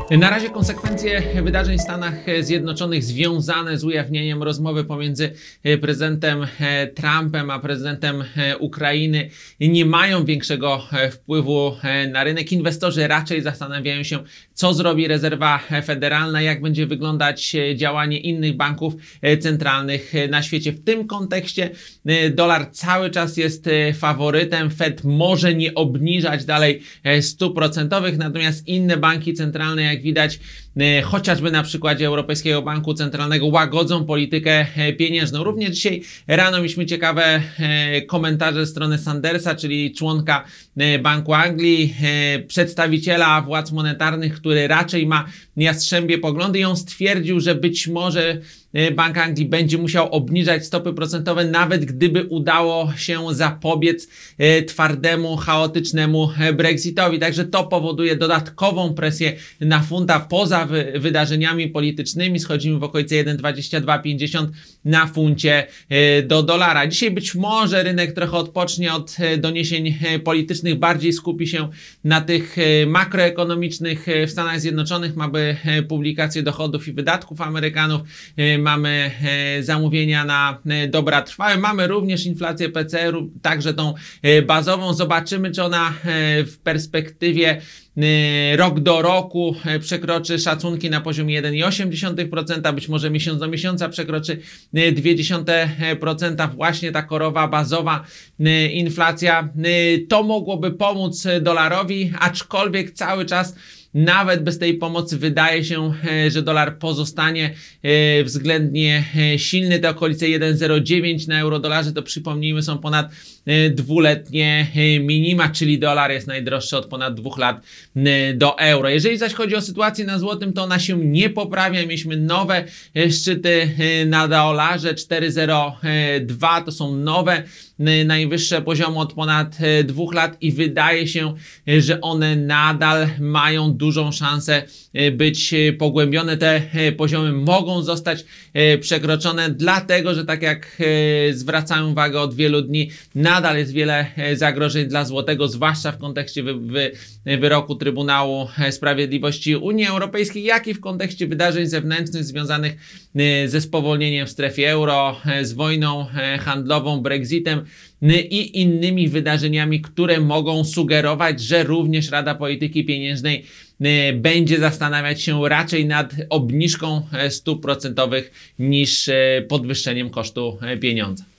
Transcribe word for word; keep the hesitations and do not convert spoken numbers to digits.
Na razie konsekwencje wydarzeń w Stanach Zjednoczonych związane z ujawnieniem rozmowy pomiędzy prezydentem Trumpem a prezydentem Ukrainy nie mają większego wpływu na rynek. Inwestorzy raczej zastanawiają się, co zrobi rezerwa federalna, jak będzie wyglądać działanie innych banków centralnych na świecie. W tym kontekście dolar cały czas jest faworytem. Fed może nie obniżać dalej stóp procentowych, natomiast inne banki centralne, jak widać, chociażby na przykładzie Europejskiego Banku Centralnego, łagodzą politykę pieniężną. Również dzisiaj rano mieliśmy ciekawe komentarze ze strony Sandersa, czyli członka Banku Anglii, przedstawiciela władz monetarnych, który raczej ma jastrzębie poglądy, i on stwierdził, że być może Bank Anglii będzie musiał obniżać stopy procentowe, nawet gdyby udało się zapobiec twardemu, chaotycznemu Brexitowi. Także to powoduje dodatkową presję na funta poza wy wydarzeniami politycznymi. Schodzimy w okolice jeden dwadzieścia dwa pięćdziesiąt na funcie do dolara. Dzisiaj być może rynek trochę odpocznie od doniesień politycznych, bardziej skupi się na tych makroekonomicznych w Stanach Zjednoczonych. Mamy publikację dochodów i wydatków Amerykanów, mamy zamówienia na dobra trwałe, mamy również inflację P C R, także tą bazową. Zobaczymy, czy ona w perspektywie rok do roku przekroczy szacunki na poziomie jeden i osiem dziesiątych procent, być może miesiąc do miesiąca przekroczy zero przecinek dwa procent. Właśnie ta korowa, bazowa inflacja. To mogłoby pomóc dolarowi, aczkolwiek cały czas nawet bez tej pomocy wydaje się, że dolar pozostanie względnie silny. Te okolice jeden przecinek zero dziewięć na euro-dolarze to, przypomnijmy, są ponad dwuletnie minima, czyli dolar jest najdroższy od ponad dwóch lat do euro. Jeżeli zaś chodzi o sytuację na złotym, to ona się nie poprawia. Mieliśmy nowe szczyty na dolarze cztery przecinek zero dwa, to są nowe najwyższe poziomy od ponad dwóch lat i wydaje się, że one nadal mają dużą szansę być pogłębione. Te poziomy mogą zostać przekroczone, dlatego że, tak jak zwracałem uwagę od wielu dni, nadal jest wiele zagrożeń dla złotego, zwłaszcza w kontekście wy, wy, wyroku Trybunału Sprawiedliwości Unii Europejskiej, jak i w kontekście wydarzeń zewnętrznych związanych ze spowolnieniem w strefie euro, z wojną handlową, Brexitem i innymi wydarzeniami, które mogą sugerować, że również Rada Polityki Pieniężnej będzie zastanawiać się raczej nad obniżką stóp procentowych niż podwyższeniem kosztu pieniądza.